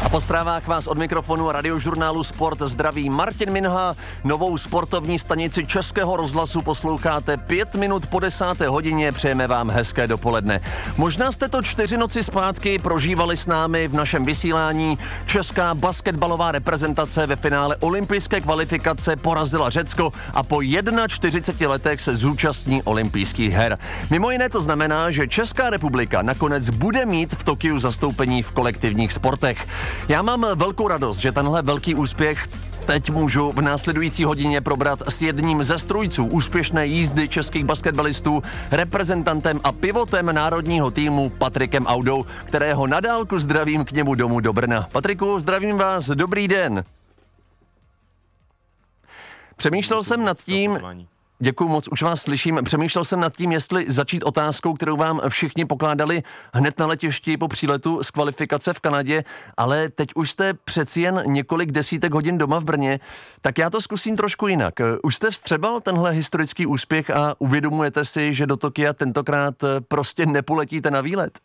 A po zprávách vás od mikrofonu Radiožurnálu Sport zdraví Martin Minha. Novou sportovní stanici Českého rozhlasu posloucháte 5 minut po 10. hodině. Přejeme vám hezké dopoledne. Možná jste to 4 noci zpátky prožívali s námi v našem vysílání. Česká basketbalová reprezentace ve finále olympijské kvalifikace porazila Řecko a po 41 letech se zúčastní olympijských her. Mimo jiné to znamená, že Česká republika nakonec bude mít v Tokiu zastoupení v kolektivních sportech. Já mám velkou radost, že tenhle velký úspěch teď můžu v následující hodině probrat s jedním ze strůjců úspěšné jízdy českých basketbalistů, reprezentantem a pivotem národního týmu Patrikem Audou, kterého na dálku zdravím k němu domů do Brna. Patriku, zdravím vás, dobrý den. Přemýšlel jsem nad tím... Děkuju moc, už vás slyším. Přemýšlel jsem nad tím, jestli začít otázkou, kterou vám všichni pokládali hned na letišti po příletu z kvalifikace v Kanadě, ale teď už jste přeci jen několik desítek hodin doma v Brně, tak já to zkusím trošku jinak. Už jste vstřebal tenhle historický úspěch a uvědomujete si, že do Tokia tentokrát prostě nepoletíte na výlet?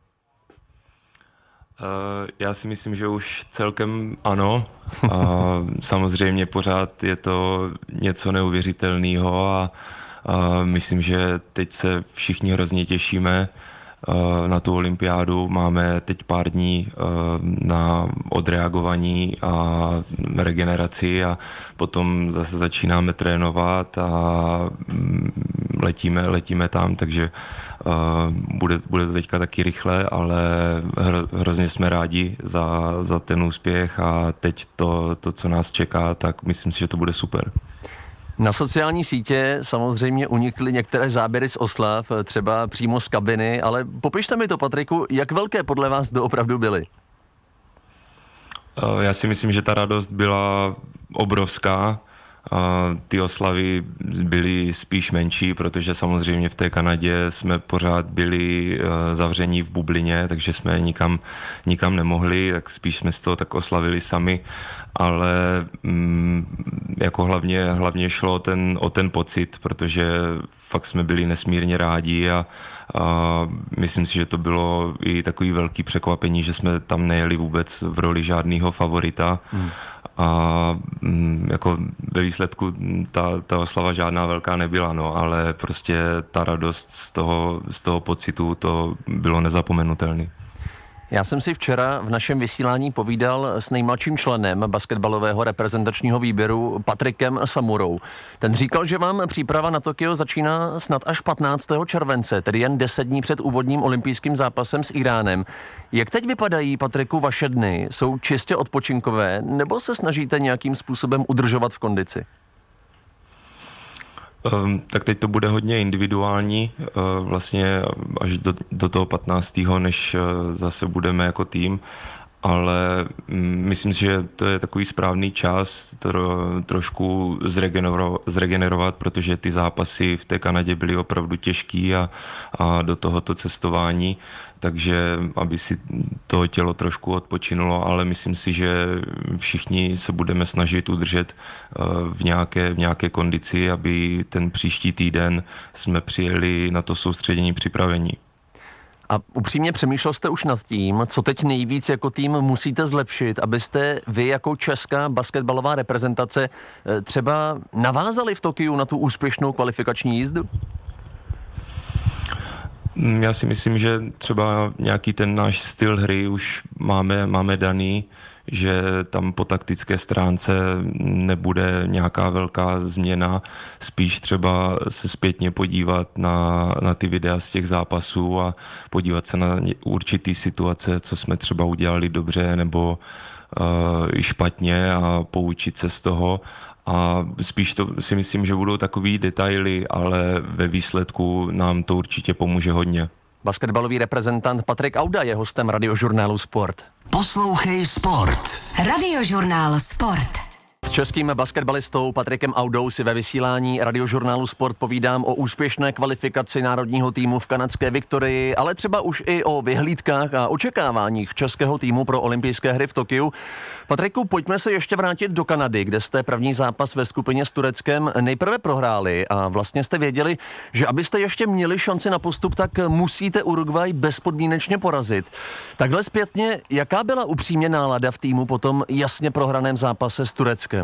Já si myslím, že už celkem ano. Samozřejmě pořád je to něco neuvěřitelného a myslím, že teď se všichni hrozně těšíme na tu olympiádu. Máme teď pár dní na odreagování a regeneraci a potom zase začínáme trénovat a letíme tam, takže bude to teďka taky rychle, ale hrozně jsme rádi za ten úspěch a teď to, co nás čeká, tak myslím si, že to bude super. Na sociální sítě samozřejmě unikly některé záběry z oslav, třeba přímo z kabiny, ale popište mi to, Patriku, jak velké podle vás doopravdy byly? Já si myslím, že ta radost byla obrovská. Ty oslavy byly spíš menší, protože samozřejmě v té Kanadě jsme pořád byli zavření v bublině, takže jsme nikam nemohli, tak spíš jsme z toho tak oslavili sami, ale jako hlavně šlo o ten pocit, protože fakt jsme byli nesmírně rádi a myslím si, že to bylo i takový velký překvapení, že jsme tam nejeli vůbec v roli žádného favorita. A jako ve výsledku ta oslava žádná velká nebyla, no, ale prostě ta radost z toho pocitu, to bylo nezapomenutelné. Já jsem si včera v našem vysílání povídal s nejmladším členem basketbalového reprezentačního výběru Patrikem Samurou. Ten říkal, že vám příprava na Tokio začíná snad až 15. července, tedy jen 10 dní před úvodním olympijským zápasem s Íránem. Jak teď vypadají, Patriku, vaše dny? Jsou čistě odpočinkové, nebo se snažíte nějakým způsobem udržovat v kondici? Tak teď to bude hodně individuální, vlastně až do toho 15. než zase budeme jako tým, ale myslím si, že to je takový správný čas trošku zregenerovat, protože ty zápasy v té Kanadě byly opravdu těžký a do tohoto cestování, takže aby si to tělo trošku odpočinulo, ale myslím si, že všichni se budeme snažit udržet v nějaké kondici, aby ten příští týden jsme přijeli na to soustředění připravení. A upřímně přemýšlel jste už nad tím, co teď nejvíc jako tým musíte zlepšit, abyste vy jako česká basketbalová reprezentace třeba navázali v Tokiu na tu úspěšnou kvalifikační jízdu? Já si myslím, že třeba nějaký ten náš styl hry už máme daný, že tam po taktické stránce nebude nějaká velká změna, spíš třeba se zpětně podívat na ty videa z těch zápasů a podívat se na určitý situace, co jsme třeba udělali dobře nebo i špatně a poučit se z toho. A spíš to si myslím, že budou takový detaily, ale ve výsledku nám to určitě pomůže hodně. Basketbalový reprezentant Patrik Auda je hostem Radiožurnálu Sport. Poslouchej Sport. Radiožurnál Sport. S českým basketbalistou Patrikem Audou si ve vysílání radiožurnálu Sport povídám o úspěšné kvalifikaci národního týmu v kanadské Viktorii, ale třeba už i o vyhlídkách a očekáváních českého týmu pro olympijské hry v Tokiu. Patriku, pojďme se ještě vrátit do Kanady, kde jste první zápas ve skupině s Tureckem nejprve prohráli a vlastně jste věděli, že abyste ještě měli šanci na postup, tak musíte Uruguay bezpodmínečně porazit. Takhle zpětně, jaká byla upřímně nálada v týmu po tom jasně prohraném zápase s Tureckem?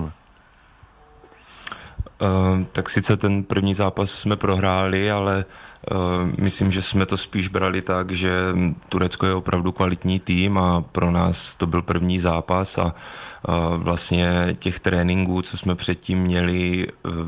Tak sice ten první zápas jsme prohráli, ale myslím, že jsme to spíš brali tak, že Turecko je opravdu kvalitní tým a pro nás to byl první zápas a vlastně těch tréninků, co jsme předtím měli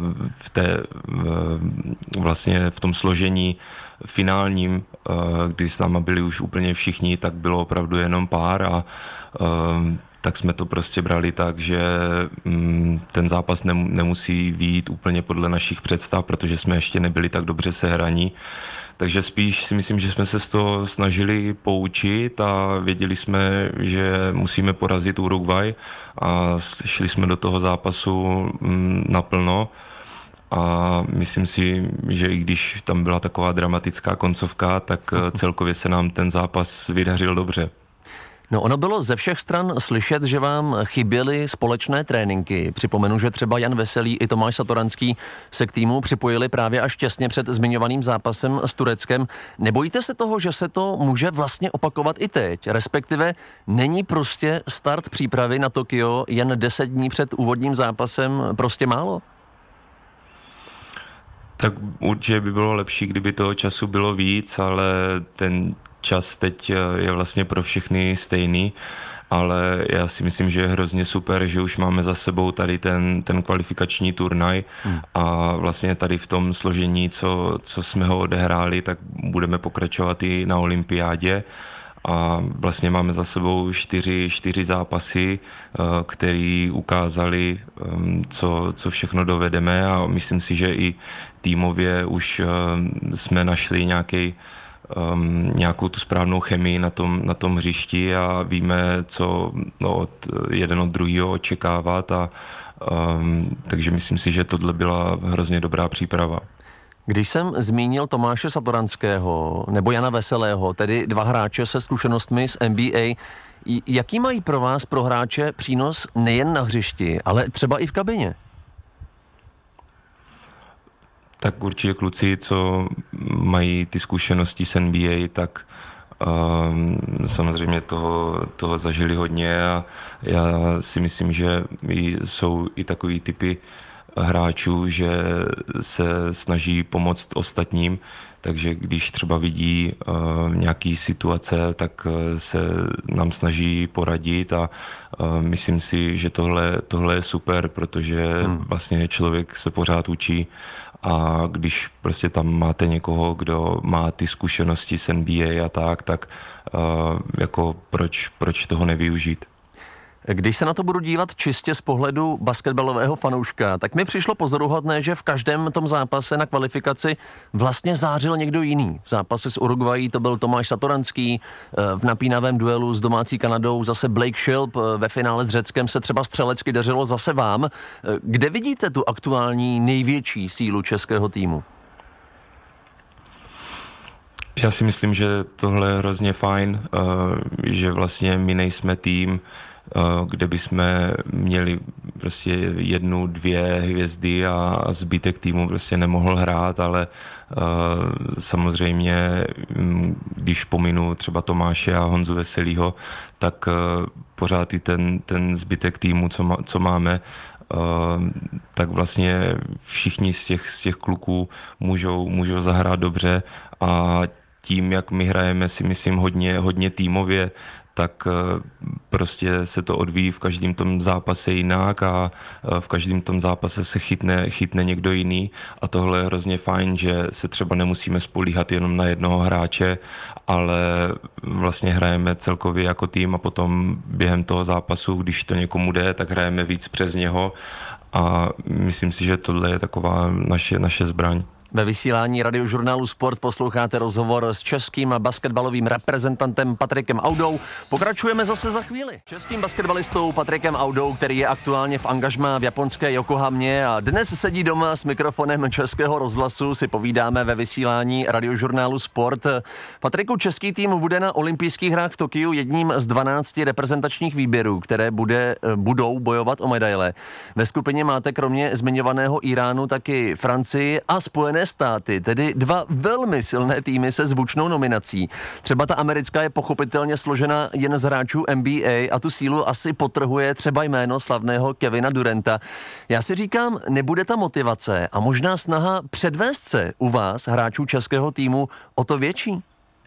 vlastně v tom složení finálním, kdy s náma byli už úplně všichni, tak bylo opravdu jenom pár a tak jsme to prostě brali tak, že ten zápas nemusí vyjít úplně podle našich představ, protože jsme ještě nebyli tak dobře sehraní. Takže spíš si myslím, že jsme se z toho snažili poučit a věděli jsme, že musíme porazit Uruguay a šli jsme do toho zápasu naplno. A myslím si, že i když tam byla taková dramatická koncovka, tak celkově se nám ten zápas vydařil dobře. No, ono bylo ze všech stran slyšet, že vám chyběly společné tréninky. Připomenu, že třeba Jan Veselý i Tomáš Satoranský se k týmu připojili právě až těsně před zmiňovaným zápasem s Tureckem. Nebojíte se toho, že se to může vlastně opakovat i teď? Respektive není prostě start přípravy na Tokio jen 10 dní před úvodním zápasem prostě málo? Tak určitě by bylo lepší, kdyby toho času bylo víc, ale ten čas teď je vlastně pro všechny stejný, ale já si myslím, že je hrozně super, že už máme za sebou tady ten kvalifikační turnaj a vlastně tady v tom složení, co jsme ho odehráli, tak budeme pokračovat i na olympiádě. A vlastně máme za sebou čtyři zápasy, které ukázali, co všechno dovedeme a myslím si, že i týmově už jsme našli nějakou tu správnou chemii na tom hřišti a víme, co jeden od druhého očekávat a takže myslím si, že tohle byla hrozně dobrá příprava. Když jsem zmínil Tomáše Satoranského nebo Jana Veselého, tedy dva hráče se zkušenostmi z NBA, jaký mají pro vás, pro hráče, přínos nejen na hřišti, ale třeba i v kabině? Tak určitě kluci, co mají ty zkušenosti z NBA, tak samozřejmě toho zažili hodně a já si myslím, že jsou i takový typy hráčů, že se snaží pomoct ostatním, takže když třeba vidí nějaký situace, tak se nám snaží poradit a myslím si, že tohle je super, protože vlastně člověk se pořád učí a když prostě tam máte někoho, kdo má ty zkušenosti s NBA a tak jako proč toho nevyužít? Když se na to budu dívat čistě z pohledu basketbalového fanouška, tak mi přišlo pozoruhodné, že v každém tom zápase na kvalifikaci vlastně zářil někdo jiný. V zápase s Uruguayí to byl Tomáš Satoranský, v napínavém duelu s domácí Kanadou zase Blake Shelp, ve finále s Řeckem se třeba střelecky dařilo zase vám. Kde vidíte tu aktuální největší sílu českého týmu? Já si myslím, že tohle je hrozně fajn, že vlastně my nejsme tým, kde bychom měli prostě 1, 2 hvězdy a zbytek týmu prostě nemohl hrát, ale samozřejmě, když pominu třeba Tomáše a Honzu Veselýho, tak pořád i ten zbytek týmu, co máme, tak vlastně všichni z těch kluků můžou zahrát dobře a tím, jak my hrajeme, si myslím hodně týmově, tak prostě se to odvíjí v každém tom zápase jinak a v každém tom zápase se chytne někdo jiný a tohle je hrozně fajn, že se třeba nemusíme spolíhat jenom na jednoho hráče, ale vlastně hrajeme celkově jako tým a potom během toho zápasu, když to někomu jde, tak hrajeme víc přes něho a myslím si, že tohle je taková naše zbraň. Ve vysílání radiožurnálu Sport posloucháte rozhovor s českým basketbalovým reprezentantem Patrikem Audou. Pokračujeme zase za chvíli. Českým basketbalistou Patrikem Audou, který je aktuálně v angažmá v japonské Yokohamě a dnes sedí doma s mikrofonem Českého rozhlasu, si povídáme ve vysílání radiožurnálu Sport. Patriku, český tým bude na olympijských hrách v Tokiu jedním z 12 reprezentačních výběrů, které budou bojovat o medaile. Ve skupině máte kromě zmiňovaného Iránu taky Francii a Spojené státy, tedy dva velmi silné týmy se zvučnou nominací. Třeba ta americká je pochopitelně složena jen z hráčů NBA a tu sílu asi podtrhuje třeba jméno slavného Kevina Duranta. Já si říkám, nebude ta motivace a možná snaha předvést se u vás, hráčů českého týmu, o to větší?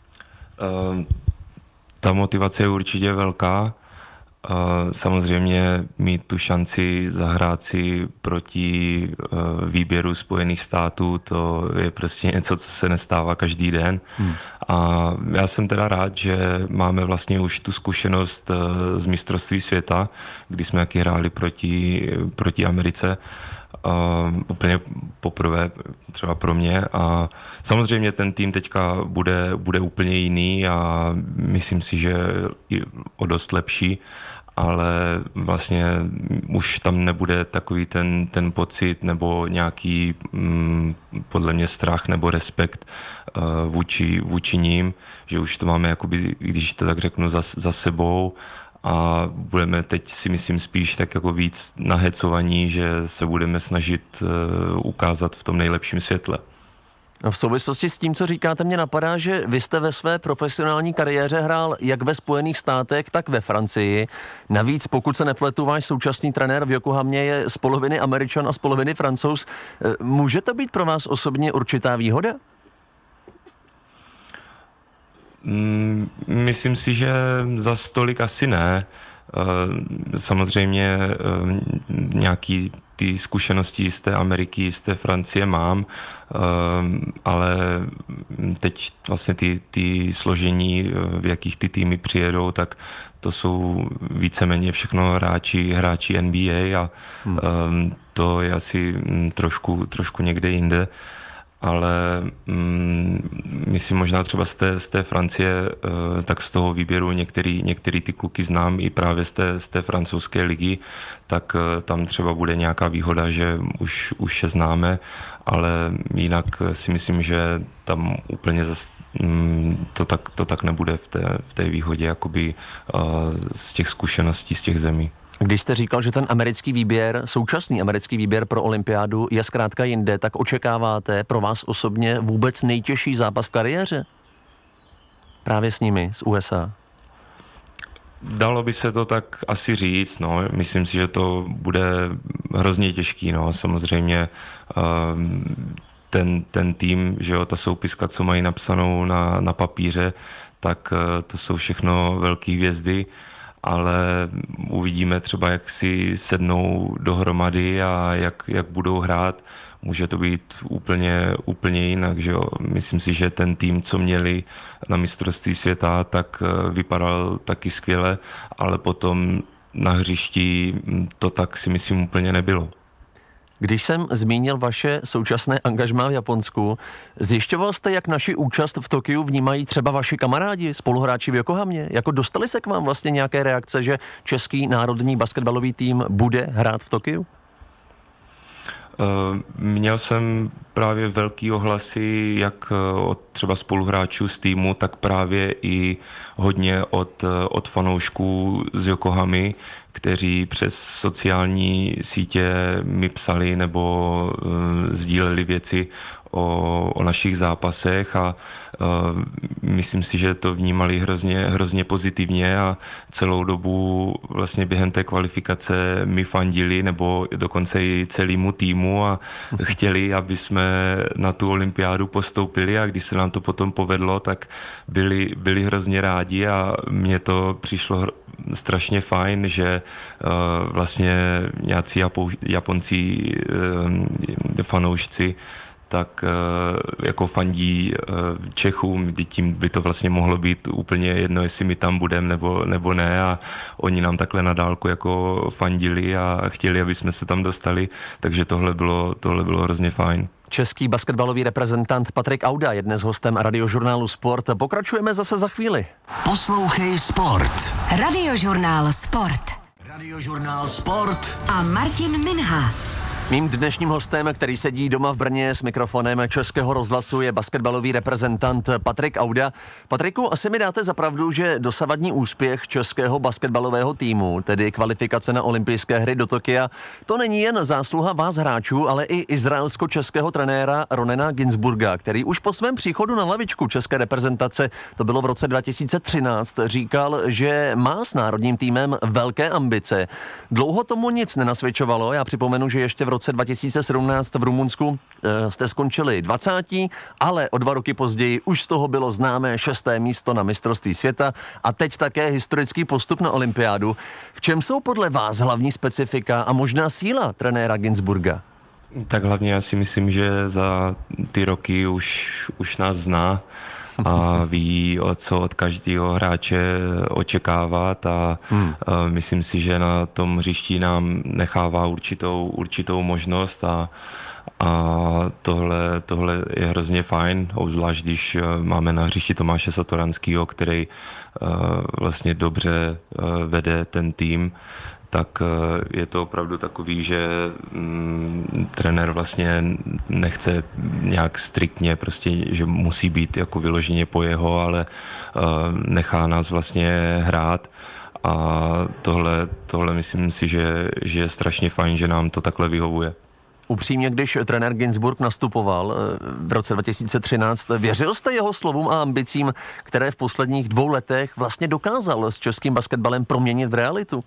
Ta motivace je určitě velká. Samozřejmě mít tu šanci zahrát si proti výběru Spojených států, to je prostě něco, co se nestává každý den. A já jsem teda rád, že máme vlastně už tu zkušenost z mistrovství světa, kdy jsme taky hráli proti Americe. Úplně poprvé třeba pro mě a samozřejmě ten tým teďka bude úplně jiný a myslím si, že je o dost lepší, ale vlastně už tam nebude takový ten pocit nebo nějaký podle mě strach nebo respekt vůči ním, že už to máme jakoby, když to tak řeknu, za sebou. A budeme teď si myslím spíš tak jako víc nahecovaní, že se budeme snažit ukázat v tom nejlepším světle. V souvislosti s tím, co říkáte, mě napadá, že vy jste ve své profesionální kariéře hrál jak ve Spojených státech, tak ve Francii. Navíc, pokud se nepletu, váš současný trenér v Yokohamě je z poloviny Američan a z poloviny Francouz. Může to být pro vás osobně určitá výhoda? Myslím si, že za stolik asi ne. Samozřejmě nějaký ty zkušenosti z té Ameriky, z té Francie mám, ale teď vlastně ty složení, v jakých ty týmy přijedou, tak to jsou víceméně všechno hráči NBA a to je asi trošku někde jinde. Ale myslím možná třeba z té Francie, tak z toho výběru některý ty kluky znám i právě z té francouzské ligy, tak tam třeba bude nějaká výhoda, že už je známe, ale jinak si myslím, že tam úplně to tak nebude v té výhodě jakoby z těch zkušeností z těch zemí. Když jste říkal, že ten současný americký výběr pro olympiádu je zkrátka jinde, tak očekáváte pro vás osobně vůbec nejtěžší zápas v kariéře? Právě s nimi, z USA. Dalo by se to tak asi říct, no. Myslím si, že to bude hrozně těžký, no. Samozřejmě ten tým, že jo, ta soupiska, co mají napsanou na papíře, tak to jsou všechno velké hvězdy, ale uvidíme třeba, jak si sednou dohromady a jak budou hrát. Může to být úplně jinak, že jo. Myslím si, že ten tým, co měli na mistrovství světa, tak vypadal taky skvěle, ale potom na hřišti to tak si myslím úplně nebylo. Když jsem zmínil vaše současné angažmá v Japonsku, zjišťoval jste, jak naši účast v Tokiu vnímají třeba vaši kamarádi, spoluhráči v Yokohamě? Jako dostali se k vám vlastně nějaké reakce, že český národní basketbalový tým bude hrát v Tokiu? Měl jsem právě velký ohlasy, jak od třeba spoluhráčů z týmu, tak právě i hodně od fanoušků z Yokohamy, kteří přes sociální sítě mi psali nebo sdíleli věci o našich zápasech a myslím si, že to vnímali hrozně pozitivně a celou dobu vlastně během té kvalifikace mi fandili nebo dokonce i celému týmu a chtěli, aby jsme na tu olympiádu postoupili a když se nám to potom povedlo, tak byli hrozně rádi a mně to přišlo strašně fajn, že vlastně nějací Japonci fanoušci tak jako fandí Čechům, tím by to vlastně mohlo být úplně jedno, jestli my tam budeme nebo ne, a oni nám takhle na dálku jako fandili a chtěli, aby jsme se tam dostali, takže tohle bylo hrozně fajn. Český basketbalový reprezentant Patrik Auda je dnes hostem Radiožurnálu Sport. Pokračujeme zase za chvíli. Poslouchej Sport. Radiožurnál Sport. Radiožurnál Sport A Martin Minha. Mým dnešním hostem, který sedí doma v Brně s mikrofonem Českého rozhlasu, je basketbalový reprezentant Patrik Auda. Patriku, asi mi dáte za pravdu, že dosavadní úspěch českého basketbalového týmu, tedy kvalifikace na olympijské hry do Tokia, to není jen zásluha vás hráčů, ale i izraelsko-českého trenéra Ronena Ginsburga, který už po svém příchodu na lavičku české reprezentace, to bylo v roce 2013, říkal, že má s národním týmem velké ambice. Dlouho tomu nic nenasvědčovalo, já připomenu, že ještě v roce 2017 v Rumunsku jste skončili 20., ale o 2 roky později už z toho bylo známé 6. místo na mistrovství světa a teď také historický postup na olympiádu. V čem jsou podle vás hlavní specifika a možná síla trenéra Ginsburga? Tak hlavně já si myslím, že za ty roky už nás zná a ví, co od každého hráče očekávat a myslím si, že na tom hřišti nám nechává určitou možnost a tohle je hrozně fajn, obzvlášť když máme na hřišti Tomáše Satoranského, který vlastně dobře vede ten tým, tak je to opravdu takový, že trenér vlastně nechce nějak striktně, prostě, že musí být jako vyloženě po jeho, ale nechá nás vlastně hrát a tohle myslím si, že je strašně fajn, že nám to takhle vyhovuje. Upřímně, když trenér Ginsburg nastupoval v roce 2013, věřil jste jeho slovům a ambicím, které v posledních 2 letech vlastně dokázal s českým basketbalem proměnit v realitu?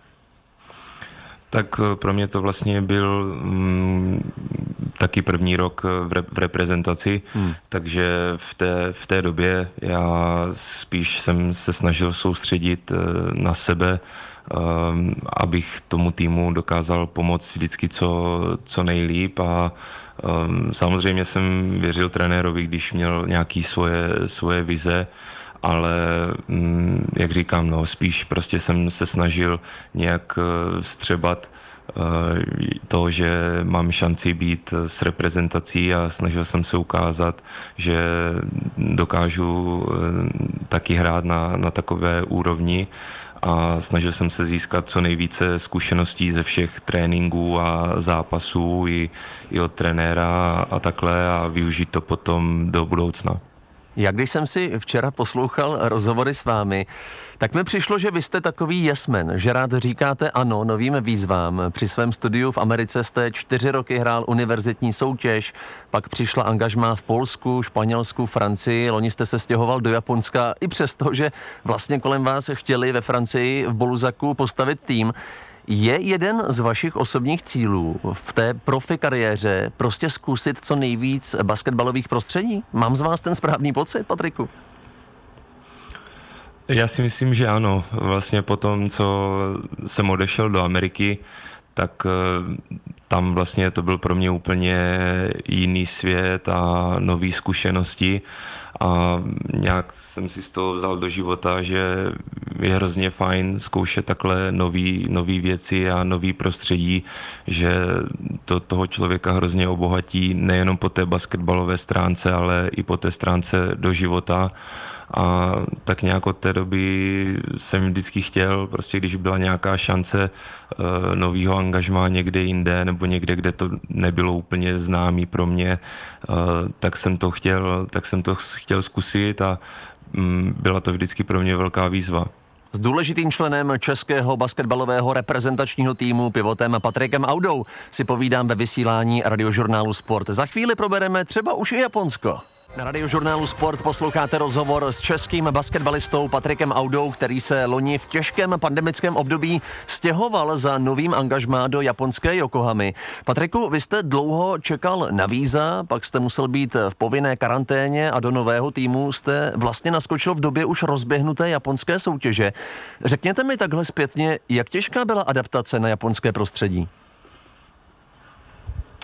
Tak pro mě to vlastně byl taky první rok v reprezentaci, takže v té době já spíš jsem se snažil soustředit na sebe, abych tomu týmu dokázal pomoct vždycky co nejlíp a samozřejmě jsem věřil trenérovi, když měl nějaký svoje vize, ale jak říkám, spíš prostě jsem se snažil nějak vstřebat to, že mám šanci být s reprezentací a snažil jsem se ukázat, že dokážu taky hrát na takové úrovni a snažil jsem se získat co nejvíce zkušeností ze všech tréninků a zápasů i od trenéra a takhle a využít to potom do budoucna. Jak když jsem si včera poslouchal rozhovory s vámi, tak mi přišlo, že vy jste takový jesmen, že rád říkáte ano novým výzvám. Při svém studiu v Americe jste 4 roky hrál univerzitní soutěž, pak přišla angažmá v Polsku, Španělsku, Francii, loni jste se stěhoval do Japonska, i přesto, že vlastně kolem vás chtěli ve Francii v Boluzaku postavit tým. Je jeden z vašich osobních cílů v té profi kariéře prostě zkusit co nejvíc basketbalových prostředí? Mám z vás ten správný pocit, Patriku? Já si myslím, že ano. Vlastně po tom, co jsem odešel do Ameriky, tak tam vlastně to byl pro mě úplně jiný svět a nový zkušenosti a nějak jsem si z toho vzal do života, že je hrozně fajn zkoušet takhle nový věci a nový prostředí, že to toho člověka hrozně obohatí nejenom po té basketbalové stránce, ale i po té stránce do života. A tak nějak od té doby jsem vždycky chtěl, prostě když byla nějaká šance novýho angažmá někde jinde nebo někde, kde to nebylo úplně známý pro mě, tak jsem to chtěl zkusit a byla to vždycky pro mě velká výzva. S důležitým členem českého basketbalového reprezentačního týmu pivotem Patrikem Audou si povídám ve vysílání Radiožurnálu Sport. Za chvíli probereme třeba už i Japonsko. Na Radiožurnálu Sport posloucháte rozhovor s českým basketbalistou Patrikem Audou, který se loni v těžkém pandemickém období stěhoval za novým angažmá do japonské Yokohamy. Patriku, vy jste dlouho čekal na víza, pak jste musel být v povinné karanténě a do nového týmu jste vlastně naskočil v době už rozběhnuté japonské soutěže. Řekněte mi takhle zpětně, jak těžká byla adaptace na japonské prostředí?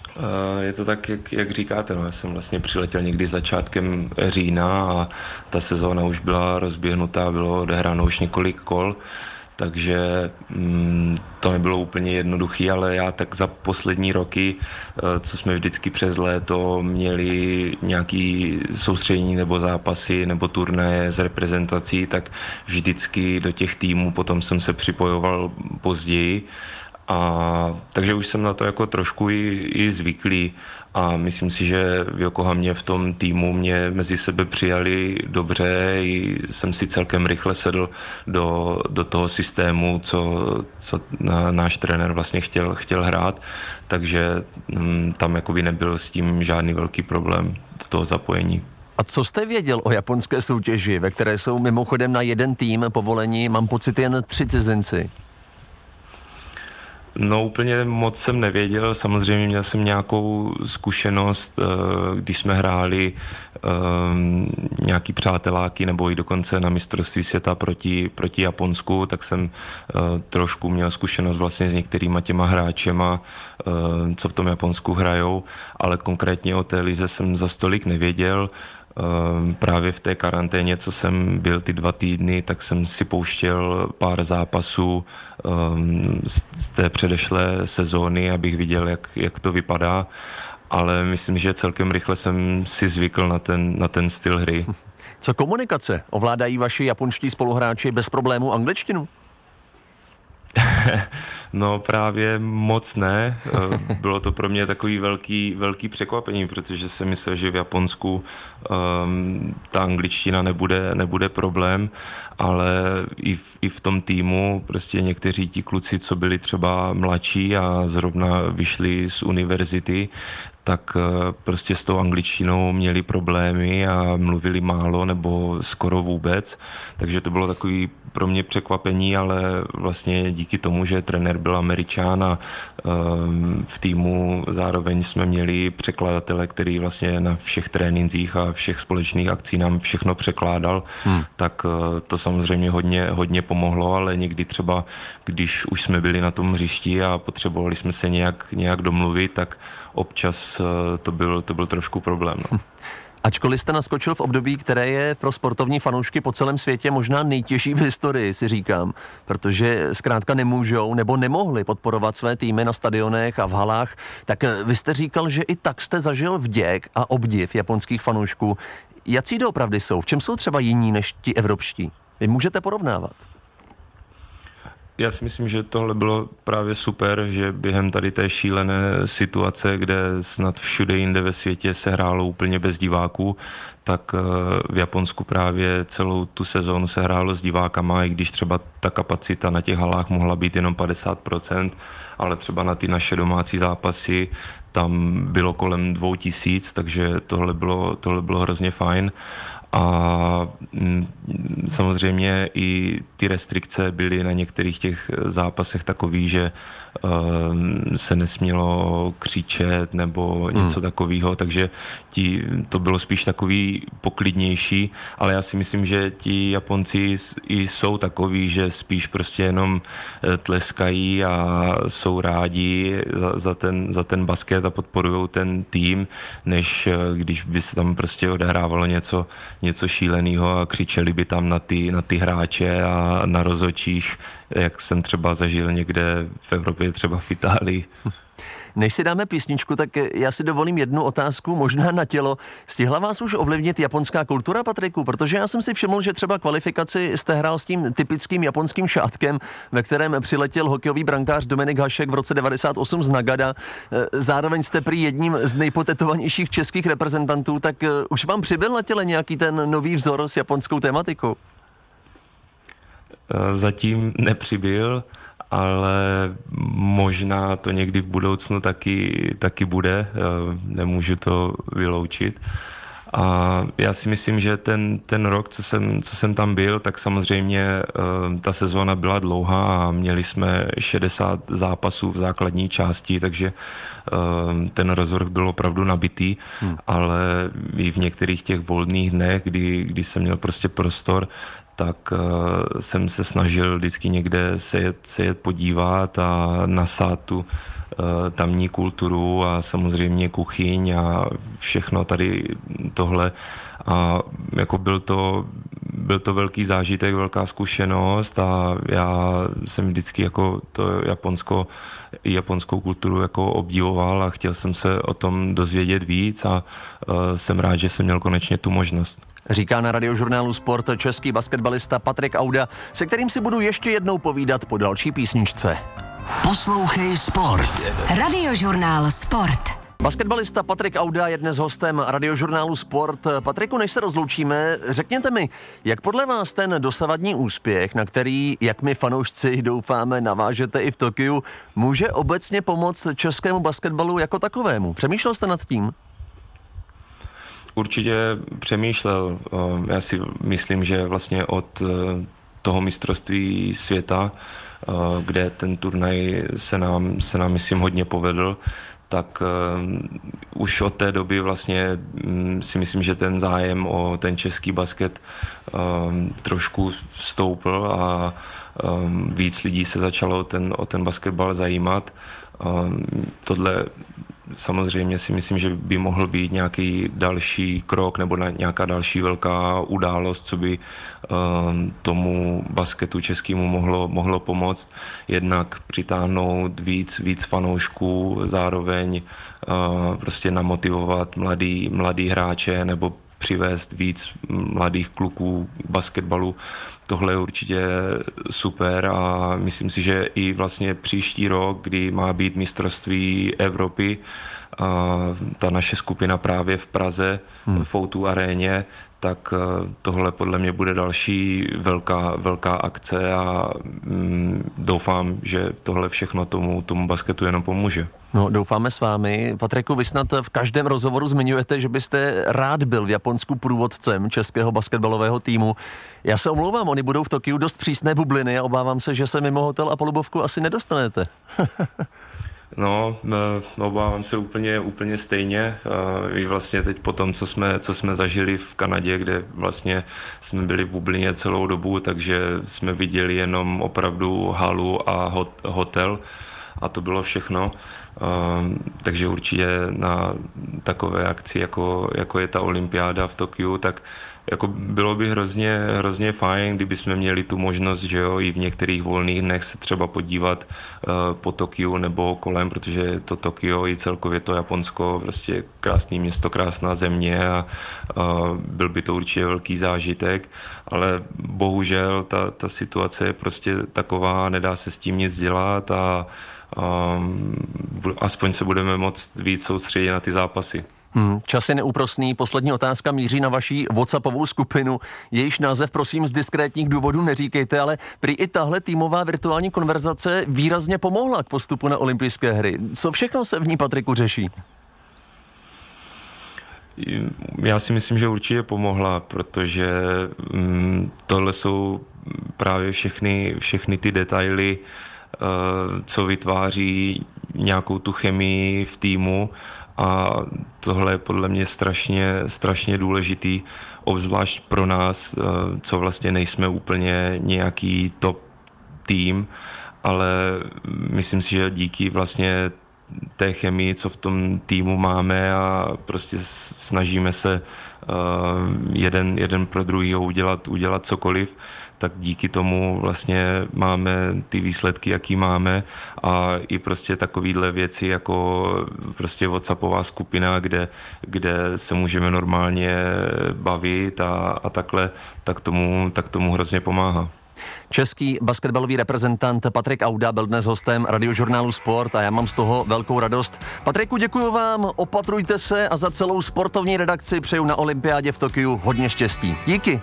Je to tak, jak říkáte, no. Já jsem vlastně přiletěl někdy začátkem října a ta sezóna už byla rozběhnutá, bylo odehráno už několik kol, takže to nebylo úplně jednoduché, ale já tak za poslední roky, co jsme vždycky přes léto měli nějaké soustředění nebo zápasy nebo turnaje s reprezentací, tak vždycky do těch týmů potom jsem se připojoval později. Takže už jsem na to jako trošku i zvyklý a myslím si, že v Yokohamě v tom týmu mě mezi sebe přijali dobře, i jsem si celkem rychle sedl do toho systému, co náš trenér vlastně chtěl hrát, takže tam jakoby nebyl s tím žádný velký problém do toho zapojení. A co jste věděl o japonské soutěži, ve které jsou mimochodem na jeden tým povolení, mám pocit, jen 3 cizinci? No úplně moc jsem nevěděl, samozřejmě měl jsem nějakou zkušenost, když jsme hráli nějaký přáteláky nebo i dokonce na mistrovství světa proti Japonsku, tak jsem trošku měl zkušenost vlastně s některýma těma hráčema, co v tom Japonsku hrajou, ale konkrétně o té lize jsem za stolik nevěděl. Právě v té karanténě, co jsem byl ty 2 týdny, tak jsem si pouštěl pár zápasů z té předešlé sezóny, abych viděl, jak to vypadá, ale myslím, že celkem rychle jsem si zvykl na ten styl hry. Co komunikace? Ovládají vaši japonští spoluhráči bez problémů angličtinu? No právě moc ne. Bylo to pro mě takový velký překvapení, protože jsem myslel, že v Japonsku ta angličtina nebude problém, ale i v tom týmu prostě někteří ti kluci, co byli třeba mladší a zrovna vyšli z univerzity, tak prostě s tou angličtinou měli problémy a mluvili málo nebo skoro vůbec, takže to bylo takový pro mě překvapení, ale vlastně díky tomu, že trenér byl Američan a v týmu zároveň jsme měli překladatele, který vlastně na všech trénincích a všech společných akcí nám všechno překládal, tak to samozřejmě hodně pomohlo, ale někdy třeba, když už jsme byli na tom hřišti a potřebovali jsme se nějak domluvit, tak občas to byl trošku problém. No. Ačkoliv jste naskočil v období, které je pro sportovní fanoušky po celém světě možná nejtěžší v historii, si říkám, protože zkrátka nemůžou nebo nemohli podporovat své týmy na stadionech a v halách, tak vy jste říkal, že i tak jste zažil vděk a obdiv japonských fanoušků. Jací doopravdy jsou? V čem jsou třeba jiní než ti evropští? Vy můžete porovnávat? Já si myslím, že tohle bylo právě super, že během tady té šílené situace, kde snad všude jinde ve světě se hrálo úplně bez diváků, tak v Japonsku právě celou tu sezónu se hrálo s divákama, i když třeba ta kapacita na těch halách mohla být jenom 50%, ale třeba na ty naše domácí zápasy tam bylo kolem 2000, takže tohle bylo hrozně fajn. A samozřejmě i ty restrikce byly na některých těch zápasech takový, že se nesmělo křičet nebo něco takového, takže to bylo spíš takový poklidnější, ale já si myslím, že ti Japonci i jsou takový, že spíš prostě jenom tleskají a jsou rádi za ten basket a podporujou ten tým, než když by se tam prostě odehrávalo něco šíleného a křičeli by tam na ty hráče a na rozhodčích, jak jsem třeba zažil někde v Evropě, třeba v Itálii. Než si dáme písničku, tak já si dovolím jednu otázku, možná na tělo. Stihla vás už ovlivnit japonská kultura, Patriku? Protože já jsem si všiml, že třeba kvalifikaci jste hrál s tím typickým japonským šátkem, ve kterém přiletěl hokejový brankář Dominik Hašek v roce 98 z Nagada. Zároveň jste prý jedním z nejpotetovanějších českých reprezentantů, tak už vám přibyl na těle nějaký ten nový vzor s japonskou tematikou? Zatím nepřibyl, ale možná to někdy v budoucnu taky bude, nemůžu to vyloučit. A já si myslím, že ten rok, co jsem tam byl, tak samozřejmě ta sezóna byla dlouhá a měli jsme 60 zápasů v základní části, takže ten rozvrh byl opravdu nabitý, ale i v některých těch volných dnech, kdy jsem měl prostě prostor, tak jsem se snažil vždycky někde se jet podívat a nasát tamní kulturu a samozřejmě kuchyň a všechno tady tohle. A jako byl to velký zážitek, velká zkušenost a já jsem vždycky jako to japonskou kulturu jako obdivoval a chtěl jsem se o tom dozvědět víc a jsem rád, že jsem měl konečně tu možnost. Říká na Radiožurnálu Sport český basketbalista Patrik Auda, se kterým si budu ještě jednou povídat po další písničce. Poslouchej Sport. Radiožurnál Sport. Basketbalista Patrik Auda je dnes hostem Radiožurnálu Sport. Patriku, než se rozloučíme, řekněte mi, jak podle vás ten dosavadní úspěch, na který, jak my fanoušci doufáme, navážete i v Tokiu, může obecně pomoct českému basketbalu jako takovému? Přemýšlel jste nad tím? Určitě přemýšlel. Já si myslím, že vlastně od toho mistrovství světa, kde ten turnaj se nám myslím hodně povedl, tak už od té doby vlastně si myslím, že ten zájem o ten český basket trošku vstoupil a víc lidí se začalo o ten basketbal zajímat. Tohle samozřejmě si myslím, že by mohl být nějaký další krok nebo nějaká další velká událost, co by tomu basketu českému mohlo pomoct. Jednak přitáhnout víc fanoušků, zároveň prostě namotivovat mladý hráče nebo přivést víc mladých kluků k basketbalu. Tohle je určitě super a myslím si, že i vlastně příští rok, kdy má být mistrovství Evropy, ta naše skupina právě v Praze, v O2 aréně, tak tohle podle mě bude další velká akce a doufám, že tohle všechno tomu basketu jenom pomůže. No, doufáme s vámi. Patriku, vy snad v každém rozhovoru zmiňujete, že byste rád byl v Japonsku průvodcem českého basketbalového týmu. Já se omlouvám, oni budou v Tokiu dost přísné bubliny a obávám se, že se mimo hotel a polubovku asi nedostanete. No, obávám se úplně stejně. I vlastně teď po tom, co jsme zažili v Kanadě, kde vlastně jsme byli v bublině celou dobu, takže jsme viděli jenom opravdu halu a hotel a to bylo všechno. Takže určitě na takové akci, jako je ta olympiáda v Tokiu, tak jako bylo by hrozně fajn, kdyby jsme měli tu možnost, že jo, i v některých volných dnech se třeba podívat po Tokiu nebo kolem, protože to Tokio i celkově to Japonsko, prostě krásné město, krásná země a byl by to určitě velký zážitek, ale bohužel ta situace je prostě taková, nedá se s tím nic dělat a aspoň se budeme moct víc soustředit na ty zápasy. Čas je neúprosný. Poslední otázka míří na vaší WhatsAppovou skupinu. Jejíž název prosím z diskrétních důvodů neříkejte, ale prý i tahle týmová virtuální konverzace výrazně pomohla k postupu na olympijské hry. Co všechno se v ní, Patriku, řeší? Já si myslím, že určitě pomohla, protože tohle jsou právě všechny ty detaily, co vytváří nějakou tu chemii v týmu a tohle je podle mě strašně důležitý, obzvlášť pro nás, co vlastně nejsme úplně nějaký top tým, ale myslím si, že díky vlastně té chemii, co v tom týmu máme a prostě snažíme se jeden pro druhýho udělat cokoliv, tak díky tomu vlastně máme ty výsledky, jaký máme a i prostě takovýhle věci jako prostě WhatsAppová skupina, kde se můžeme normálně bavit a takhle, tak tomu hrozně pomáhá. Český basketbalový reprezentant Patrik Auda byl dnes hostem Radiožurnálu Sport a já mám z toho velkou radost. Patriku, děkuji vám, opatrujte se a za celou sportovní redakci přeju na olympiádě v Tokiu hodně štěstí. Díky.